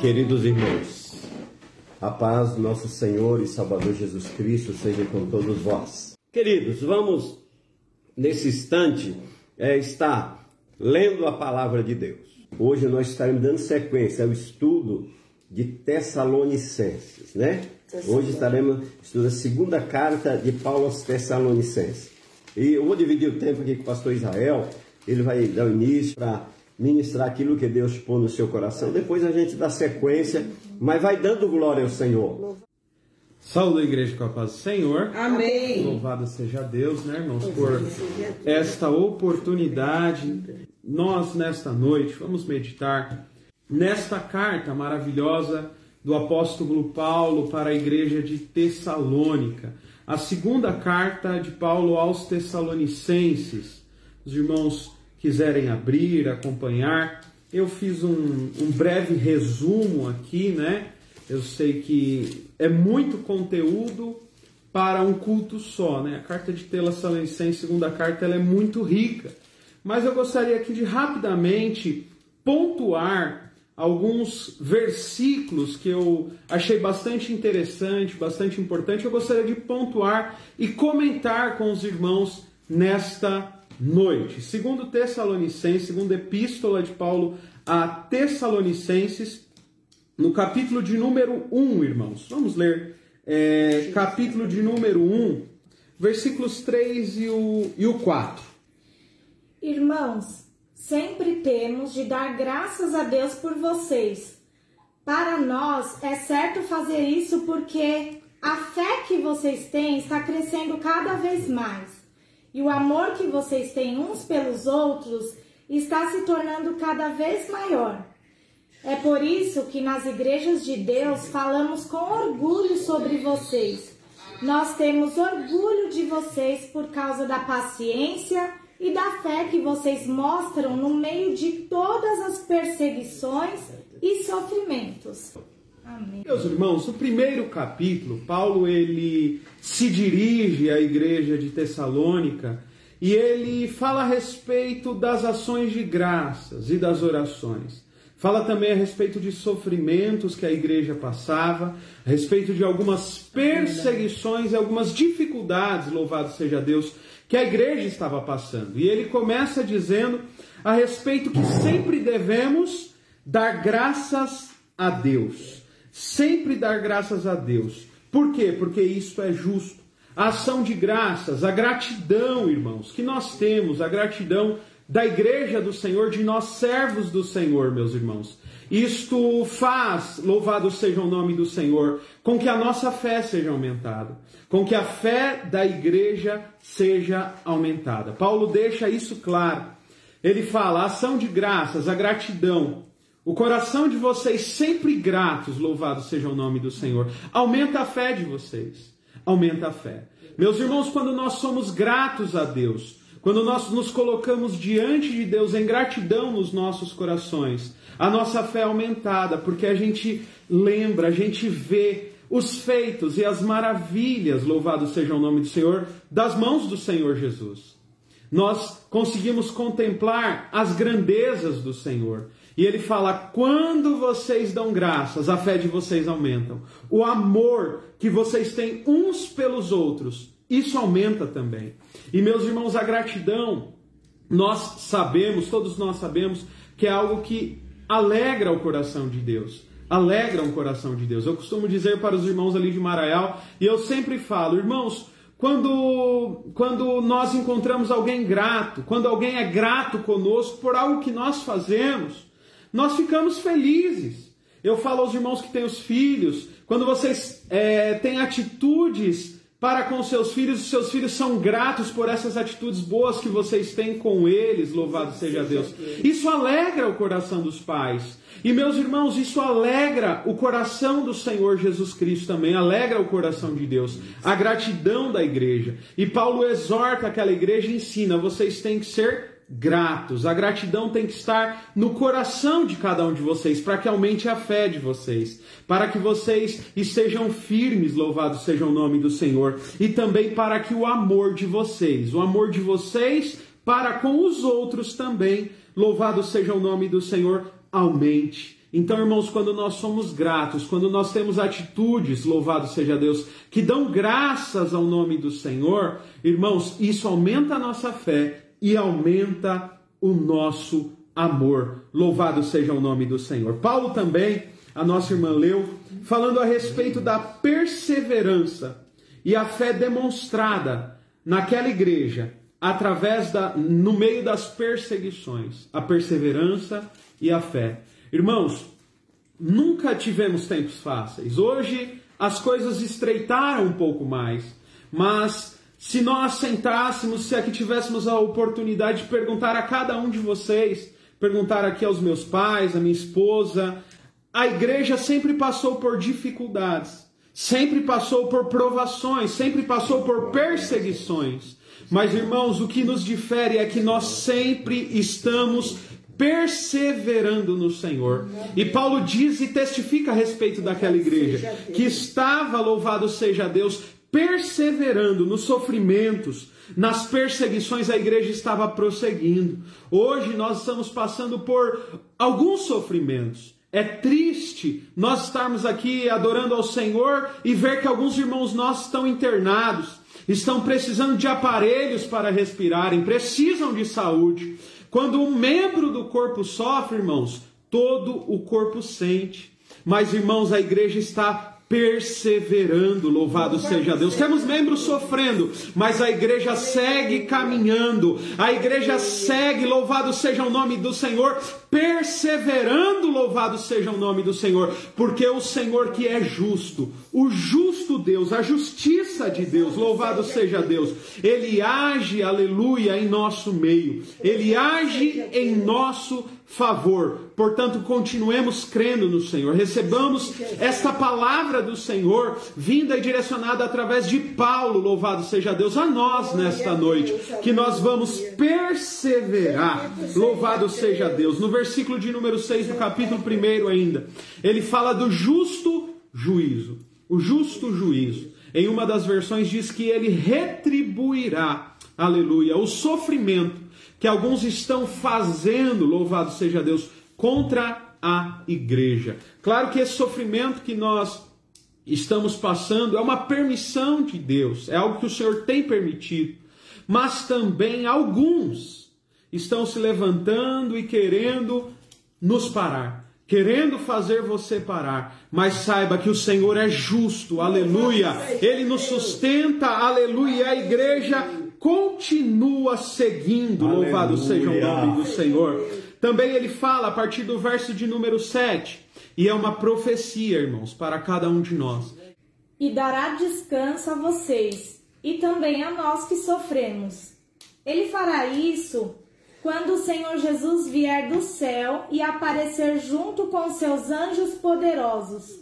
Queridos irmãos, a paz do nosso Senhor e Salvador Jesus Cristo seja com todos vós. Queridos, vamos nesse instante estar lendo a palavra de Deus. Hoje nós estaremos dando sequência ao estudo de Tessalonicenses, né? Hoje estaremos estudando a segunda carta de Paulo aos Tessalonicenses. E eu vou dividir o tempo aqui com o pastor Israel. Ele vai dar o início para ministrar aquilo que Deus pôs no seu coração. Depois a gente dá sequência, mas vai dando glória ao Senhor. Saúde a igreja com a paz do Senhor. Amém. Louvado seja Deus, né, irmãos, por esta oportunidade. Nós, nesta noite, vamos meditar nesta carta maravilhosa do apóstolo Paulo para a igreja de Tessalônica. A segunda carta de Paulo aos Tessalonicenses. Os irmãos quiserem abrir, acompanhar, eu fiz um breve resumo aqui, né? Eu sei que é muito conteúdo para um culto só, né? A carta de Tessalonicenses, segunda carta, ela é muito rica. Mas eu gostaria aqui de rapidamente pontuar alguns versículos que eu achei bastante interessante, bastante importante. Eu gostaria de pontuar e comentar com os irmãos nesta noite. Segundo Tessalonicenses, segunda epístola de Paulo a Tessalonicenses, no capítulo de número 1, irmãos. Vamos ler capítulo de número 1, versículos 3 e o 4. Irmãos, sempre temos de dar graças a Deus por vocês. Para nós é certo fazer isso porque a fé que vocês têm está crescendo cada vez mais. E o amor que vocês têm uns pelos outros está se tornando cada vez maior. É por isso que nas igrejas de Deus falamos com orgulho sobre vocês. Nós temos orgulho de vocês por causa da paciência e da fé que vocês mostram no meio de todas as perseguições e sofrimentos. Amém. Meus irmãos, no primeiro capítulo, Paulo ele se dirige à igreja de Tessalônica e ele fala a respeito das ações de graças e das orações. Fala também a respeito de sofrimentos que a igreja passava, a respeito de algumas perseguições e algumas dificuldades, louvado seja Deus, que a igreja estava passando. E ele começa dizendo a respeito que sempre devemos dar graças a Deus. Sempre dar graças a Deus. Por quê? Porque isso é justo. A ação de graças, a gratidão, irmãos, que nós temos, a gratidão da igreja do Senhor, de nós servos do Senhor, meus irmãos. Isto faz, louvado seja o nome do Senhor, com que a nossa fé seja aumentada, com que a fé da igreja seja aumentada. Paulo deixa isso claro. Ele fala, a ação de graças, a gratidão, o coração de vocês sempre gratos, louvado seja o nome do Senhor. Aumenta a fé de vocês. Aumenta a fé. Meus irmãos, quando nós somos gratos a Deus, quando nós nos colocamos diante de Deus em gratidão nos nossos corações, a nossa fé é aumentada, porque a gente lembra, a gente vê os feitos e as maravilhas, louvado seja o nome do Senhor, das mãos do Senhor Jesus. Nós conseguimos contemplar as grandezas do Senhor. E ele fala, quando vocês dão graças, a fé de vocês aumenta. O amor que vocês têm uns pelos outros, isso aumenta também. E meus irmãos, a gratidão, nós sabemos, todos nós sabemos, que é algo que alegra o coração de Deus. Alegra o coração de Deus. Eu costumo dizer para os irmãos ali de Maraial, e eu sempre falo, irmãos, quando nós encontramos alguém grato, quando alguém é grato conosco por algo que nós fazemos, nós ficamos felizes. Eu falo aos irmãos que têm os filhos, quando vocês têm atitudes para com seus filhos, os seus filhos são gratos por essas atitudes boas que vocês têm com eles, louvado seja Deus. Isso alegra o coração dos pais. E meus irmãos, isso alegra o coração do Senhor Jesus Cristo também, alegra o coração de Deus, a gratidão da igreja. E Paulo exorta aquela igreja e ensina, vocês têm que ser gratos. A gratidão tem que estar no coração de cada um de vocês, para que aumente a fé de vocês, para que vocês estejam firmes, louvado seja o nome do Senhor, e também para que o amor de vocês para com os outros também, louvado seja o nome do Senhor, aumente. Então, irmãos, quando nós somos gratos, quando nós temos atitudes, louvado seja Deus, que dão graças ao nome do Senhor, irmãos, isso aumenta a nossa fé e aumenta o nosso amor. Louvado seja o nome do Senhor. Paulo também, a nossa irmã leu, falando a respeito da perseverança e a fé demonstrada naquela igreja, no meio das perseguições, a perseverança e a fé. Irmãos, nunca tivemos tempos fáceis. Hoje as coisas estreitaram um pouco mais, mas se nós sentássemos, se aqui tivéssemos a oportunidade de perguntar a cada um de vocês, perguntar aqui aos meus pais, à minha esposa, a igreja sempre passou por dificuldades, sempre passou por provações, sempre passou por perseguições. Mas, irmãos, o que nos difere é que nós sempre estamos perseverando no Senhor. E Paulo diz e testifica a respeito daquela igreja, que estava, louvado seja Deus, perseverando nos sofrimentos, nas perseguições. A igreja estava prosseguindo. Hoje nós estamos passando por alguns sofrimentos. É triste nós estarmos aqui adorando ao Senhor e ver que alguns irmãos nossos estão internados, estão precisando de aparelhos para respirarem, precisam de saúde. Quando um membro do corpo sofre, irmãos, todo o corpo sente. Mas, irmãos, a igreja está perseverando, louvado seja Deus. Temos membros sofrendo, mas a igreja segue caminhando. A igreja segue, louvado seja o nome do Senhor, perseverando, louvado seja o nome do Senhor. Porque o Senhor que é justo, o justo Deus, a justiça de Deus, louvado seja Deus, Ele age, aleluia, em nosso meio. Ele age em nosso favor. Portanto, continuemos crendo no Senhor. Recebamos esta palavra do Senhor, vinda e direcionada através de Paulo, louvado seja Deus, a nós nesta noite, que nós vamos perseverar, louvado seja Deus. No versículo de número 6 do capítulo 1 ainda, ele fala do justo juízo, o justo juízo. Em uma das versões diz que ele retribuirá, aleluia, o sofrimento que alguns estão fazendo, louvado seja Deus, contra a igreja. Claro que esse sofrimento que nós estamos passando é uma permissão de Deus, é algo que o Senhor tem permitido, mas também alguns estão se levantando e querendo nos parar, querendo fazer você parar. Mas saiba que o Senhor é justo, aleluia, Ele nos sustenta, aleluia, a igreja continua seguindo, aleluia, louvado seja o nome do Senhor. Também ele fala a partir do verso de número 7, e é uma profecia, irmãos, para cada um de nós. E dará descanso a vocês, e também a nós que sofremos. Ele fará isso quando o Senhor Jesus vier do céu e aparecer junto com seus anjos poderosos,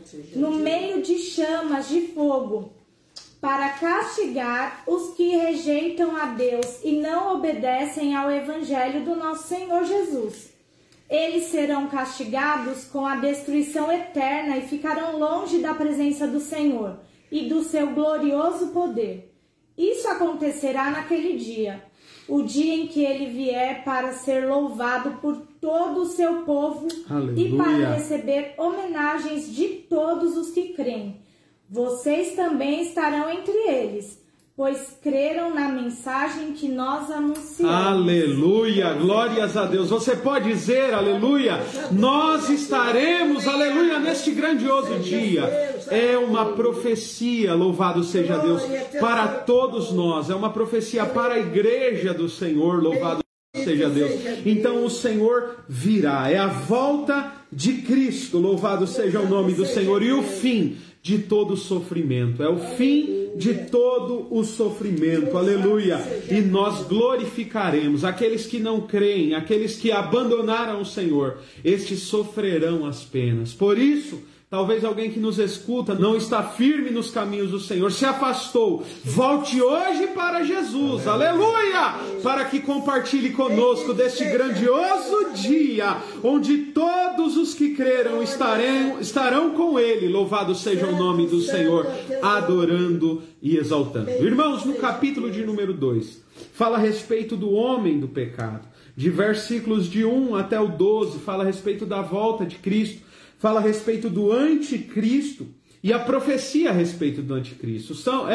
no meio de chamas de fogo, para castigar os que rejeitam a Deus e não obedecem ao Evangelho do nosso Senhor Jesus. Eles serão castigados com a destruição eterna e ficarão longe da presença do Senhor e do seu glorioso poder. Isso acontecerá naquele dia, o dia em que ele vier para ser louvado por todo o seu povo, aleluia, e para receber homenagens de todos os que creem. Vocês também estarão entre eles, pois creram na mensagem que nós anunciamos. Aleluia, glórias a Deus. Você pode dizer, aleluia, nós estaremos, aleluia, neste grandioso dia. É uma profecia, louvado seja Deus, para todos nós. É uma profecia para a igreja do Senhor, louvado seja Deus. Então o Senhor virá, é a volta de Cristo, louvado seja o nome do Senhor, e o fim de todo o sofrimento, é o fim de todo o sofrimento, aleluia, e nós glorificaremos aqueles que não creem, aqueles que abandonaram o Senhor, estes sofrerão as penas. Por isso, talvez alguém que nos escuta não está firme nos caminhos do Senhor, se afastou, volte hoje para Jesus, aleluia, para que compartilhe conosco deste grandioso dia, onde todos os que creram estarão com Ele, louvado seja o nome do Senhor, adorando e exaltando. Irmãos, no capítulo de número 2, fala a respeito do homem do pecado. de versículos de 1 até o 12, fala a respeito da volta de Cristo, fala a respeito do anticristo e a profecia a respeito do anticristo.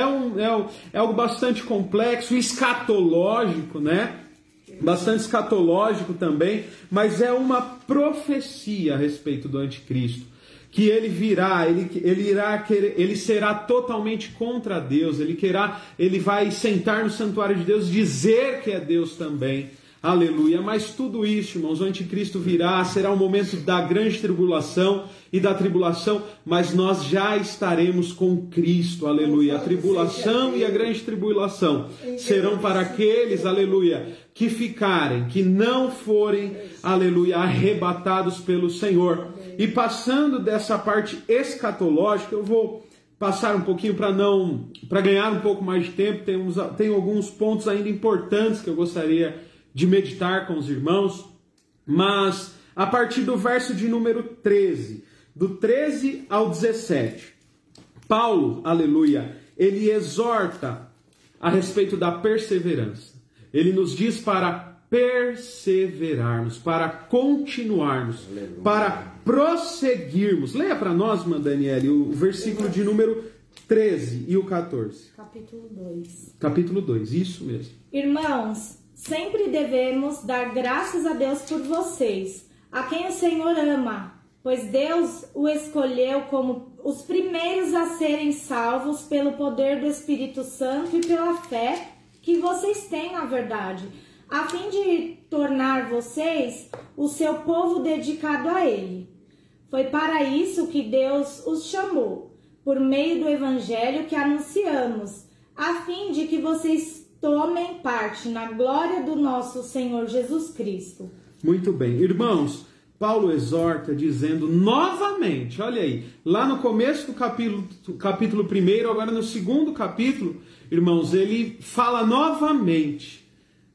É algo bastante complexo, escatológico, né? Bastante escatológico também, mas é uma profecia a respeito do anticristo, que ele virá, ele será totalmente contra Deus, ele vai sentar no santuário de Deus, dizer que é Deus também. Aleluia, mas tudo isso, irmãos, o anticristo virá, será um momento da grande tribulação e da tribulação, mas nós já estaremos com Cristo, aleluia. A tribulação e a grande tribulação serão para aqueles, aleluia, que ficarem, que não forem, aleluia, arrebatados pelo Senhor. E passando dessa parte escatológica, eu vou passar um pouquinho para ganhar um pouco mais de tempo. Tem alguns pontos ainda importantes que eu gostaria de meditar com os irmãos, mas a partir do verso de número 13, do 13 ao 17, Paulo, aleluia, ele exorta a respeito da perseverança. Ele nos diz para perseverarmos, para continuarmos, aleluia, para prosseguirmos. Leia para nós, irmã Daniele, o versículo de número 13 e o 14. Capítulo 2. Capítulo 2, isso mesmo. Irmãos, sempre devemos dar graças a Deus por vocês, a quem o Senhor ama, pois Deus o escolheu como os primeiros a serem salvos pelo poder do Espírito Santo e pela fé que vocês têm na verdade, a fim de tornar vocês o seu povo dedicado a Ele. Foi para isso que Deus os chamou, por meio do Evangelho que anunciamos, a fim de que vocês tomem parte na glória do nosso Senhor Jesus Cristo. Muito bem. Irmãos, Paulo exorta dizendo novamente, olha aí, lá no começo do capítulo 1, agora no segundo capítulo, irmãos, ele fala novamente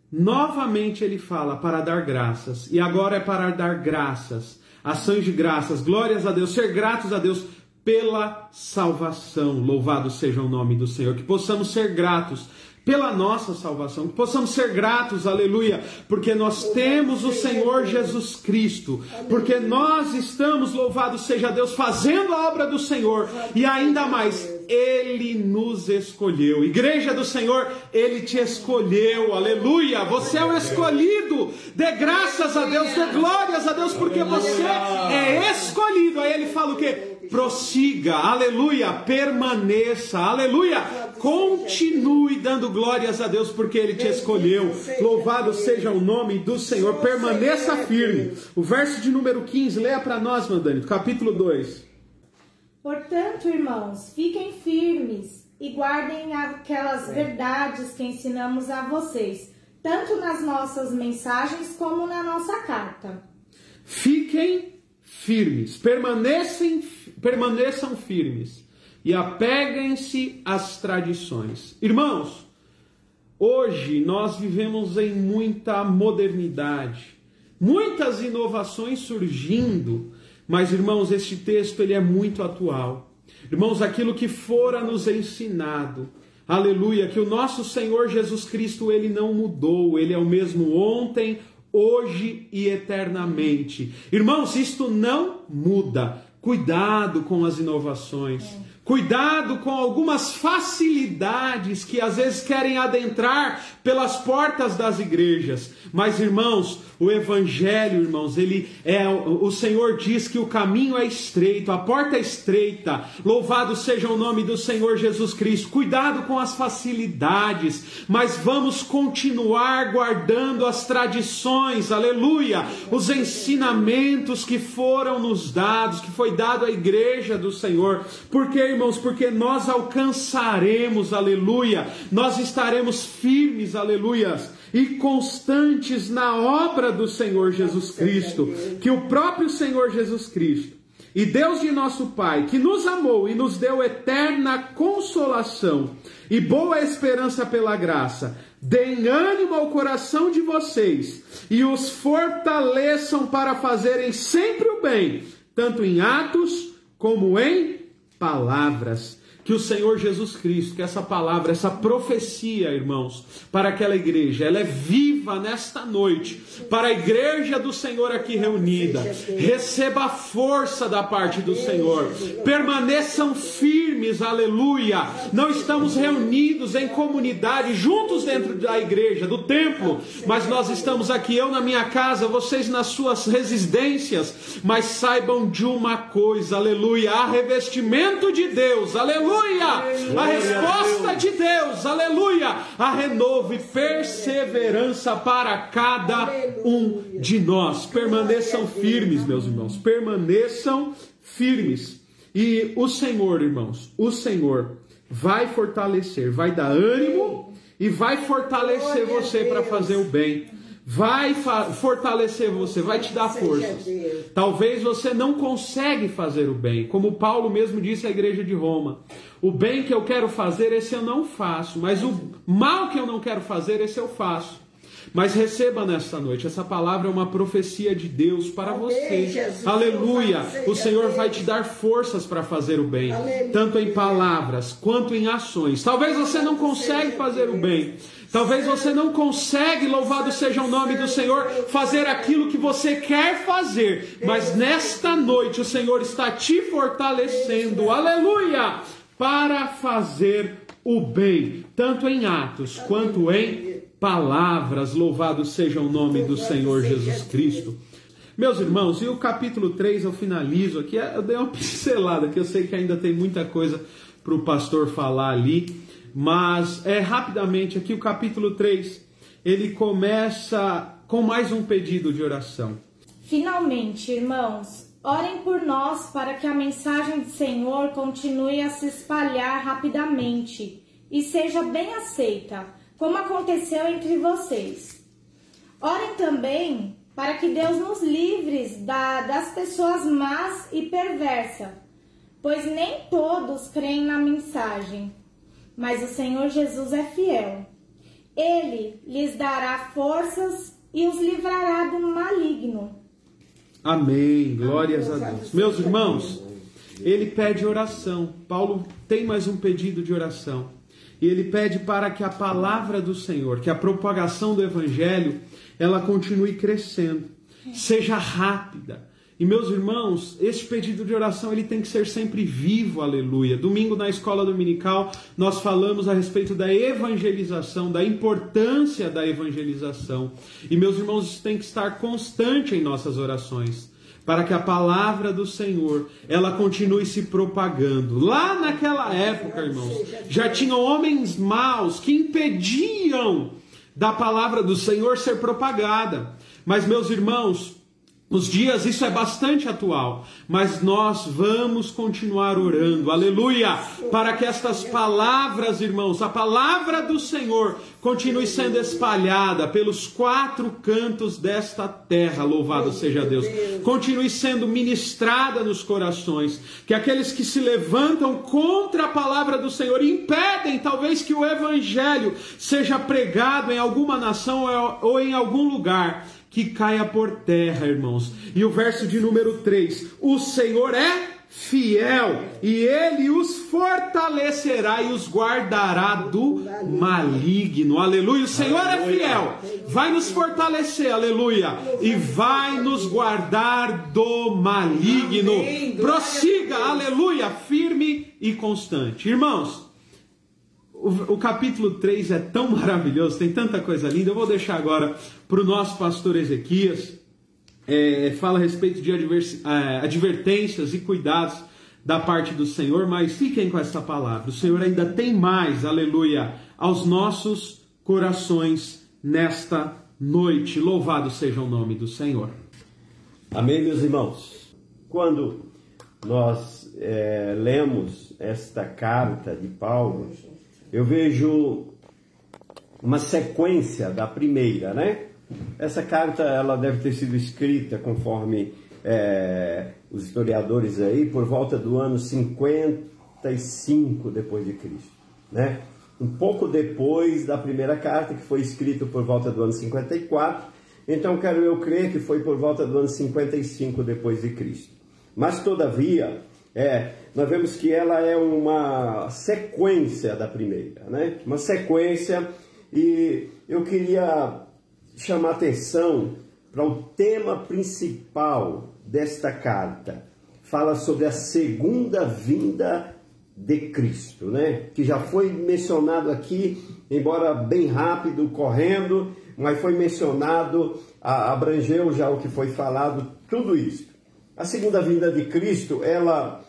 ele fala para dar graças, e agora é para dar graças, ações de graças, glórias a Deus, ser gratos a Deus pela salvação. Louvado seja o nome do Senhor, que possamos ser gratos pela nossa salvação, que possamos ser gratos, aleluia, porque nós temos o Senhor Jesus Cristo, porque nós estamos, louvado seja Deus, fazendo a obra do Senhor, e ainda mais, Ele nos escolheu. Igreja do Senhor, Ele te escolheu, aleluia, você é o escolhido, dê graças a Deus, dê glórias a Deus, porque você é escolhido. Aí Ele fala o quê? Prossiga, aleluia, permaneça, aleluia, continue dando glórias a Deus porque Ele te escolheu. Louvado seja o nome do Senhor, permaneça firme. O verso de número 15, leia para nós, Mandani, capítulo 2. Portanto, irmãos, fiquem firmes e guardem aquelas verdades que ensinamos a vocês, tanto nas nossas mensagens como na nossa carta. Fiquem firmes, permaneçam firmes e apeguem-se às tradições. Irmãos, hoje nós vivemos em muita modernidade, muitas inovações surgindo, mas irmãos, este texto ele é muito atual. Irmãos, aquilo que fora nos ensinado, aleluia, que o nosso Senhor Jesus Cristo ele não mudou, Ele é o mesmo ontem, hoje e eternamente. Irmãos, isto não muda. Cuidado com as inovações. Cuidado com algumas facilidades que às vezes querem adentrar pelas portas das igrejas. Mas, irmãos, o Evangelho, irmãos, o Senhor diz que o caminho é estreito, a porta é estreita. Louvado seja o nome do Senhor Jesus Cristo. Cuidado com as facilidades, mas vamos continuar guardando as tradições, aleluia, os ensinamentos que foram nos dados, que foi dado à igreja do Senhor. Porque, irmãos, porque nós alcançaremos, aleluia, nós estaremos firmes, aleluia, e constantes na obra do Senhor Jesus Cristo, que o próprio Senhor Jesus Cristo e Deus de nosso Pai, que nos amou e nos deu eterna consolação e boa esperança pela graça, deem ânimo ao coração de vocês e os fortaleçam para fazerem sempre o bem, tanto em atos como em palavras. que o Senhor Jesus Cristo, que essa palavra, essa profecia, irmãos, para aquela igreja, ela é viva nesta noite, para a igreja do Senhor aqui reunida. Receba a força da parte do Senhor, permaneçam firmes, aleluia. Não estamos reunidos em comunidade, juntos dentro da igreja, do templo, mas nós estamos aqui, eu na minha casa, vocês nas suas residências, mas saibam de uma coisa, aleluia, há revestimento de Deus, aleluia, a resposta de Deus, aleluia, a renovo e perseverança para cada um de nós. Permaneçam firmes, meus irmãos, permaneçam firmes. E o Senhor, irmãos, o Senhor vai fortalecer, vai dar ânimo e vai fortalecer você para fazer o bem. Vai fortalecer você, vai te dar forças. Talvez você não consegue fazer o bem, como Paulo mesmo disse à igreja de Roma. O bem que eu quero fazer, esse eu não faço, mas o mal que eu não quero fazer, esse eu faço. Mas receba nesta noite, essa palavra é uma profecia de Deus para você. Aleluia! O Senhor vai te dar forças para fazer o bem, tanto em palavras quanto em ações. Talvez você não consiga fazer o bem. Talvez você não consegue, louvado seja o nome do Senhor, fazer aquilo que você quer fazer. Mas nesta noite o Senhor está te fortalecendo, aleluia, para fazer o bem, tanto em atos quanto em palavras. Louvado seja o nome do Senhor Jesus Cristo. Meus irmãos, e o capítulo 3 eu finalizo aqui. Eu dei uma pincelada, que eu sei que ainda tem muita coisa para o pastor falar ali. Mas rapidamente aqui o capítulo 3, ele começa com mais um pedido de oração. Finalmente, irmãos, orem por nós para que a mensagem do Senhor continue a se espalhar rapidamente e seja bem aceita, como aconteceu entre vocês. Orem também para que Deus nos livre das pessoas más e perversas, pois nem todos creem na mensagem. Mas o Senhor Jesus é fiel. Ele lhes dará forças e os livrará do maligno. Amém. Glórias a Deus. Meus irmãos, ele pede oração. Paulo tem mais um pedido de oração. E ele pede para que a palavra do Senhor, que a propagação do Evangelho, ela continue crescendo. Seja rápida. E meus irmãos, esse pedido de oração ele tem que ser sempre vivo, aleluia. Domingo na escola dominical nós falamos a respeito da evangelização, da importância da evangelização. E meus irmãos, isso tem que estar constante em nossas orações, para que a palavra do Senhor, ela continue se propagando. Lá naquela época, irmãos, já tinham homens maus que impediam da palavra do Senhor ser propagada. Mas meus irmãos, nos dias isso é bastante atual, mas nós vamos continuar orando, aleluia, para que estas palavras, irmãos, a palavra do Senhor continue sendo espalhada pelos 4 cantos desta terra, louvado seja Deus, continue sendo ministrada nos corações, que aqueles que se levantam contra a palavra do Senhor impedem talvez que o Evangelho seja pregado em alguma nação ou em algum lugar, que caia por terra, irmãos. E o verso de número 3, o Senhor é fiel, e Ele os fortalecerá e os guardará do maligno, aleluia. O Senhor é fiel, vai nos fortalecer, aleluia, e vai nos guardar do maligno. Prossiga, aleluia, firme e constante. Irmãos, o capítulo 3 é tão maravilhoso, tem tanta coisa linda. Eu vou deixar agora para o nosso pastor Ezequias. Fala a respeito de advertências e cuidados da parte do Senhor, mas fiquem com essa palavra. O Senhor ainda tem mais, aleluia, aos nossos corações nesta noite. Louvado seja o nome do Senhor. Amém, meus irmãos. Quando nós lemos esta carta de Paulo, eu vejo uma sequência da primeira, né? Essa carta ela deve ter sido escrita, conforme os historiadores aí, por volta do ano 55 depois de Cristo, né? Um pouco depois da primeira carta, que foi escrita por volta do ano 54. Então quero eu crer que foi por volta do ano 55 depois de Cristo. Mas todavia, nós vemos que ela é uma sequência da primeira, né? Uma sequência, e eu queria chamar atenção para o tema principal desta carta. Fala sobre a segunda vinda de Cristo, né? Que já foi mencionado aqui, embora bem rápido, correndo, mas foi mencionado, abrangeu já o que foi falado, tudo isso. A segunda vinda de Cristo, ela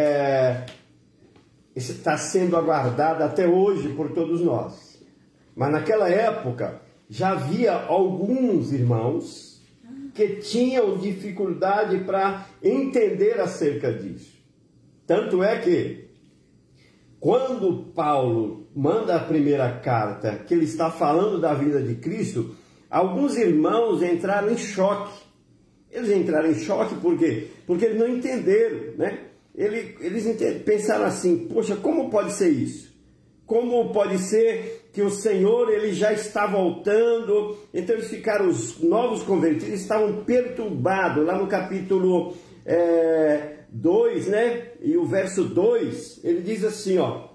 está sendo aguardada até hoje por todos nós. Mas naquela época, já havia alguns irmãos que tinham dificuldade para entender acerca disso. Tanto é que, quando Paulo manda a primeira carta, que ele está falando da vida de Cristo, alguns irmãos entraram em choque. Eles entraram em choque por quê? Porque eles não entenderam, né? Eles pensaram assim, poxa, como pode ser isso? Como pode ser que o Senhor ele já está voltando? Então eles ficaram, os novos convertidos estavam perturbados. Lá no capítulo 2, né? E o verso 2, ele diz assim, ó,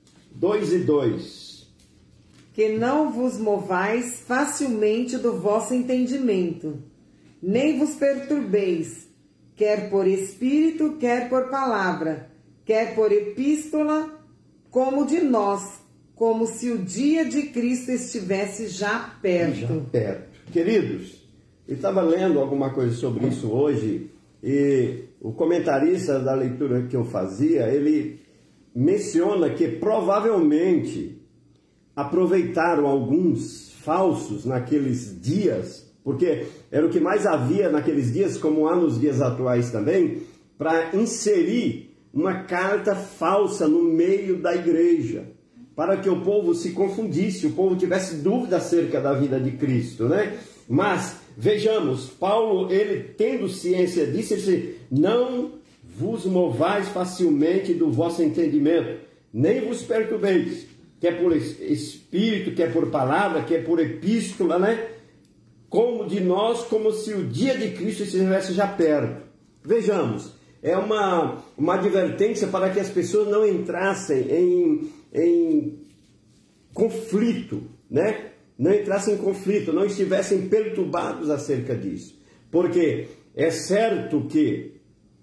2:2. Que não vos movais facilmente do vosso entendimento, nem vos perturbeis, quer por espírito, quer por palavra, quer por epístola, como de nós, como se o dia de Cristo estivesse já perto. Queridos, eu estava lendo alguma coisa sobre isso hoje, e o comentarista da leitura que eu fazia, ele menciona que provavelmente aproveitaram alguns falsos naqueles dias, porque era o que mais havia naqueles dias, como há nos dias atuais também, para inserir uma carta falsa no meio da igreja, para que o povo se confundisse, o povo tivesse dúvida acerca da vida de Cristo, né? Mas, vejamos, Paulo, ele tendo ciência disso, ele disse, não vos movais facilmente do vosso entendimento, nem vos perturbeis, quer por espírito, quer por palavra, quer por epístola, né? Como de nós, como se o dia de Cristo estivesse já perto. Vejamos, é uma advertência para que as pessoas não entrassem em conflito, né? Não entrassem em conflito, não estivessem perturbados acerca disso. Porque é certo que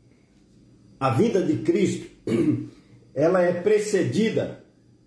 a vinda de Cristo, ela é precedida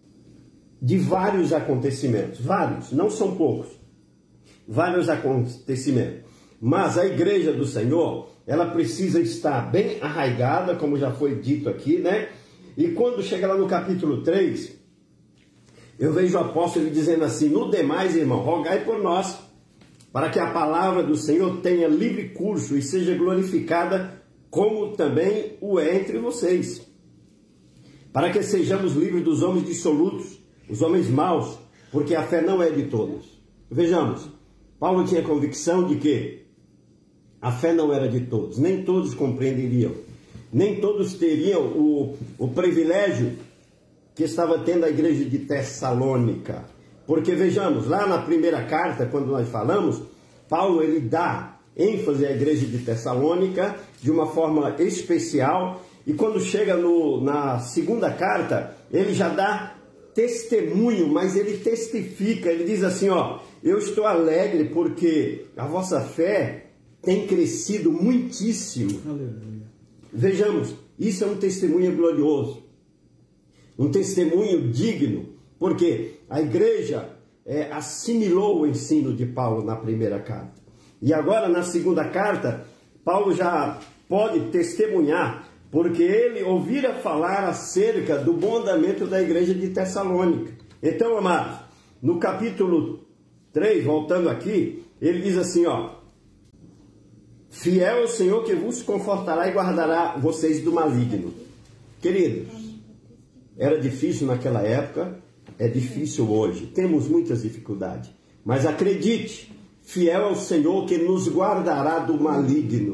de vários acontecimentos, vários, não são poucos, vários acontecimentos. Mas a igreja do Senhor, ela precisa estar bem arraigada, como já foi dito aqui, né? E quando chega lá no capítulo 3, eu vejo o apóstolo dizendo assim, no demais, irmão, rogai por nós, para que a palavra do Senhor tenha livre curso e seja glorificada, como também o é entre vocês. Para que sejamos livres dos homens dissolutos, os homens maus, porque a fé não é de todos. Vejamos, Paulo tinha convicção de que a fé não era de todos, nem todos compreenderiam, nem todos teriam o privilégio que estava tendo a igreja de Tessalônica. Porque vejamos, lá na primeira carta, quando nós falamos, Paulo ele dá ênfase à igreja de Tessalônica de uma forma especial, e quando chega na segunda carta, ele já dá testemunho, mas ele testifica, ele diz assim, ó, eu estou alegre porque a vossa fé tem crescido muitíssimo. Aleluia. Vejamos, isso é um testemunho glorioso, um testemunho digno, porque a igreja assimilou o ensino de Paulo na primeira carta. E agora na segunda carta, Paulo já pode testemunhar, porque ele ouvira falar acerca do bom andamento da igreja de Tessalônica. Então, amados, no capítulo 3, voltando aqui, ele diz assim, ó, fiel é o Senhor que vos confortará e guardará vocês do maligno. Queridos, era difícil naquela época, é difícil hoje, temos muitas dificuldades, mas acredite, fiel é o Senhor que nos guardará do maligno.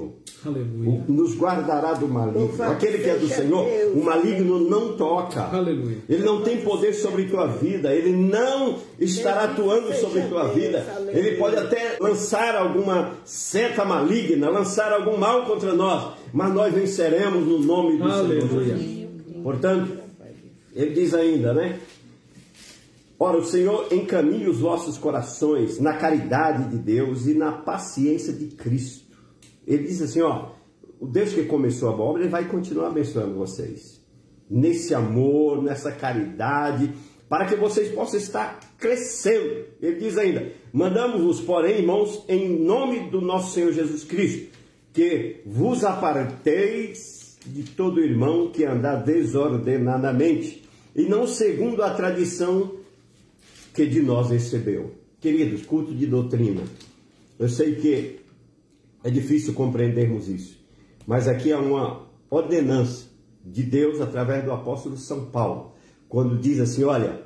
Aleluia. Nos guardará do maligno. Aquele que é do Senhor, o maligno não toca. Aleluia. Ele não tem poder sobre tua vida. Ele não estará atuando sobre tua vida. Ele pode até lançar alguma seta maligna, lançar algum mal contra nós, mas nós venceremos no nome do Aleluia. Senhor. Portanto, ele diz ainda, né? Ora, o Senhor encaminha os vossos corações na caridade de Deus e na paciência de Cristo. Ele diz assim, ó, o Deus que começou a boa obra, ele vai continuar abençoando vocês. Nesse amor, nessa caridade, para que vocês possam estar crescendo. Ele diz ainda, mandamos-vos, porém, irmãos, em nome do nosso Senhor Jesus Cristo, que vos aparteis de todo irmão que andar desordenadamente, e não segundo a tradição que de nós recebeu. Queridos, culto de doutrina. Eu sei que é difícil compreendermos isso, mas aqui há uma ordenança de Deus através do apóstolo São Paulo, quando diz assim, olha,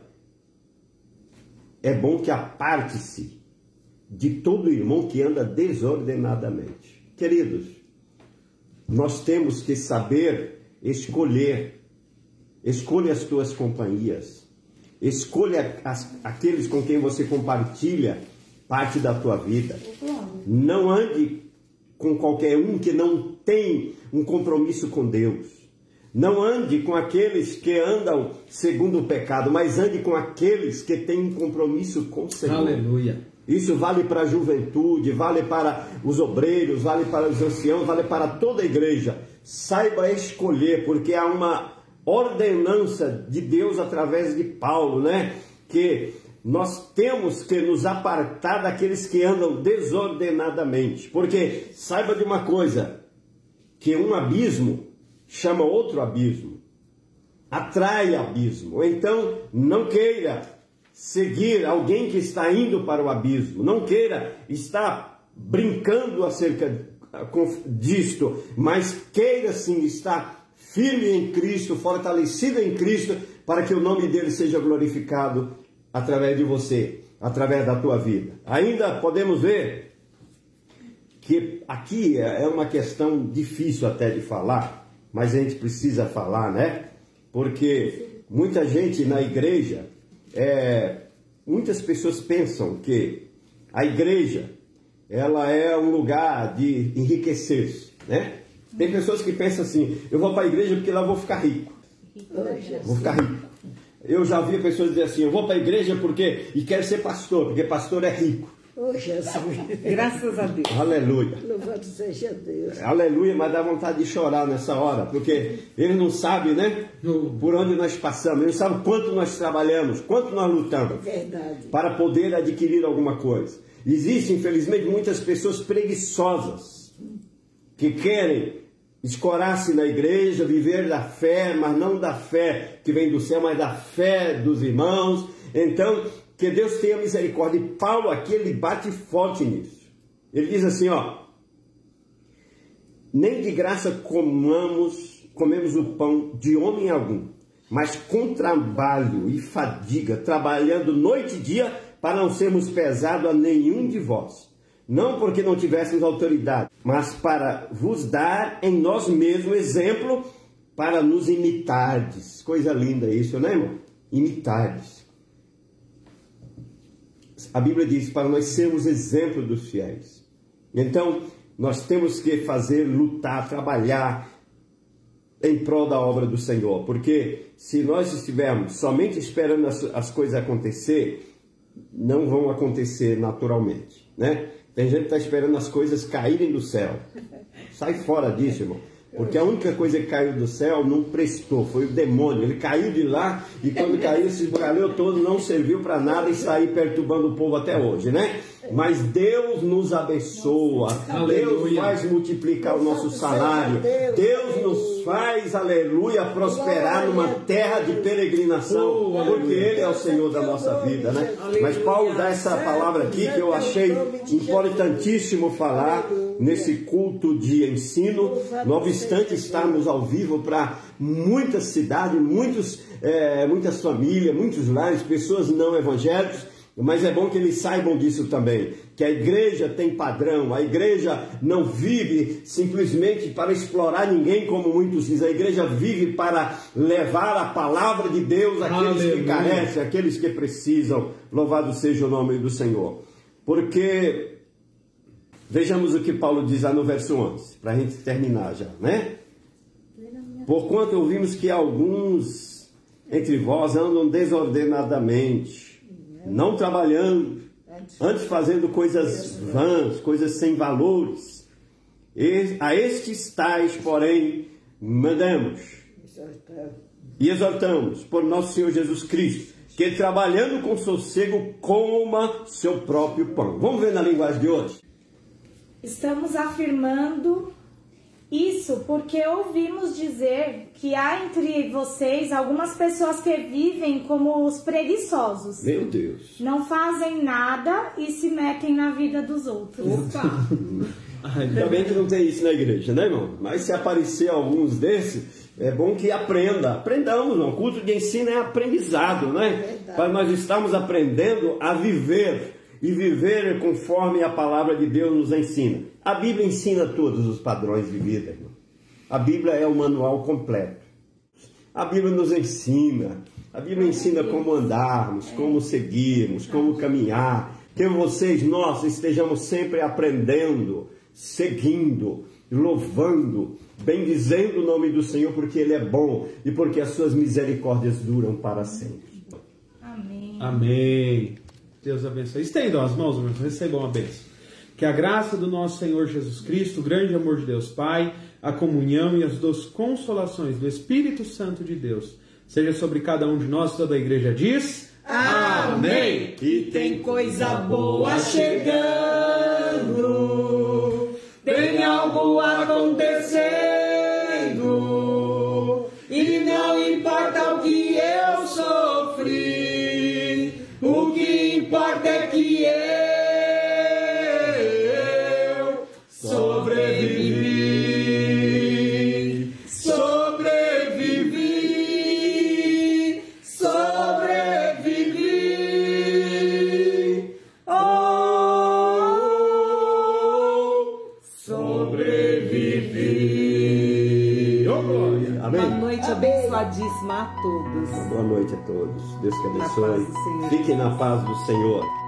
é bom que aparte-se de todo irmão que anda desordenadamente. Queridos, nós temos que saber escolher. Escolha as tuas companhias. Escolha aqueles com quem você compartilha parte da tua vida. Não ande com qualquer um que não tem um compromisso com Deus. Não ande com aqueles que andam segundo o pecado, mas ande com aqueles que têm um compromisso com o Senhor. Aleluia. Isso vale para a juventude, vale para os obreiros, vale para os anciãos, vale para toda a igreja. Saiba escolher, porque há uma ordenança de Deus através de Paulo, né? Que nós temos que nos apartar daqueles que andam desordenadamente. Porque saiba de uma coisa, que um abismo chama outro abismo, atrai abismo. Então, não queira seguir alguém que está indo para o abismo, não queira estar brincando acerca disto, mas queira sim estar firme em Cristo, fortalecido em Cristo, para que o nome dele seja glorificado através de você, através da tua vida. Ainda podemos ver que aqui é uma questão difícil até de falar, mas a gente precisa falar, né? Porque muita gente na igreja, muitas pessoas pensam que a igreja, ela é um lugar de enriquecer-se, né? Tem pessoas que pensam assim, eu vou para a igreja porque lá eu vou ficar rico. Vou ficar rico. Eu já vi pessoas dizer assim, eu vou para a igreja e quero ser pastor, porque pastor é rico. Oh, Jesus. Graças a Deus. Aleluia. Louvado seja Deus. Aleluia, mas dá vontade de chorar nessa hora, porque ele não sabe, né, por onde nós passamos, ele não sabe quanto nós trabalhamos, quanto nós lutamos para poder adquirir alguma coisa. Existem, infelizmente, muitas pessoas preguiçosas que querem escorar-se na igreja, viver da fé, mas não da fé que vem do céu, mas da fé dos irmãos. Então, que Deus tenha misericórdia. E Paulo aqui, ele bate forte nisso. Ele diz assim, ó, nem de graça comemos o pão de homem algum, mas com trabalho e fadiga, trabalhando noite e dia, para não sermos pesados a nenhum de vós. Não porque não tivéssemos autoridade, mas para vos dar em nós mesmos exemplo, para nos imitardes. Coisa linda isso, né, irmão? Imitardes. A Bíblia diz para nós sermos exemplo dos fiéis. Então, nós temos que lutar, trabalhar em prol da obra do Senhor. Porque se nós estivermos somente esperando as coisas acontecer, não vão acontecer naturalmente, né? Tem gente que está esperando as coisas caírem do céu. Sai fora disso, irmão. Porque a única coisa que caiu do céu não prestou, foi o demônio. Ele caiu de lá e quando caiu, se esbugalhou todo, não serviu para nada e saiu perturbando o povo até hoje, né? Mas Deus nos abençoa, Deus faz multiplicar o nosso salário, Deus nos faz, aleluia, prosperar numa terra de peregrinação, porque Ele é o Senhor da nossa vida, né? Mas Paulo dá essa palavra aqui que eu achei importantíssimo falar nesse culto de ensino, não obstante estarmos ao vivo para muitas cidades, muitas famílias, muitos lares, pessoas não evangélicas. Mas é bom que eles saibam disso também, que a igreja tem padrão, a igreja não vive simplesmente para explorar ninguém, como muitos dizem, a igreja vive para levar a palavra de Deus àqueles que carecem, àqueles que precisam. Louvado seja o nome do Senhor. Porque, vejamos o que Paulo diz lá no verso 11, para a gente terminar já, né? Porquanto ouvimos que alguns entre vós andam desordenadamente, não trabalhando, antes fazendo coisas vãs, coisas sem valores. E a estes tais, porém, mandamos e exortamos por nosso Senhor Jesus Cristo, que trabalhando com sossego coma seu próprio pão. Vamos ver na linguagem de hoje? Estamos afirmando isso porque ouvimos dizer que há entre vocês algumas pessoas que vivem como os preguiçosos. Meu Deus. Não fazem nada e se metem na vida dos outros. Opa! Ainda bem que não tem isso na igreja, né, irmão? Mas se aparecer alguns desses, é bom que aprenda. Aprendamos, irmão. O culto de ensino é aprendizado, né? Para nós estamos aprendendo a viver. E viver conforme a palavra de Deus nos ensina. A Bíblia ensina todos os padrões de vida, irmão. A Bíblia é o manual completo. A Bíblia nos ensina. A Bíblia ensina como andarmos, como seguirmos, como caminhar. Que nós estejamos sempre aprendendo, seguindo, louvando, bendizendo o nome do Senhor, porque Ele é bom e porque as suas misericórdias duram para sempre. Amém. Amém. Deus abençoe. Estendam as mãos, irmãos, recebam a bênção. Que a graça do nosso Senhor Jesus Cristo, o grande amor de Deus Pai, a comunhão e as doces consolações do Espírito Santo de Deus seja sobre cada um de nós. Toda a igreja diz: Amém! E Tem coisa boa chegando, tem algo acontecendo, e não importa o que eu sofri, o que importa é que eu sobrevivi, sobrevivi, sobrevivi, sobrevivi. Oh, glória. Amém. Uma noite abençoadíssima a todos. Boa noite a todos. Deus que Na abençoe. paz do Senhor. Fiquem na paz do Senhor.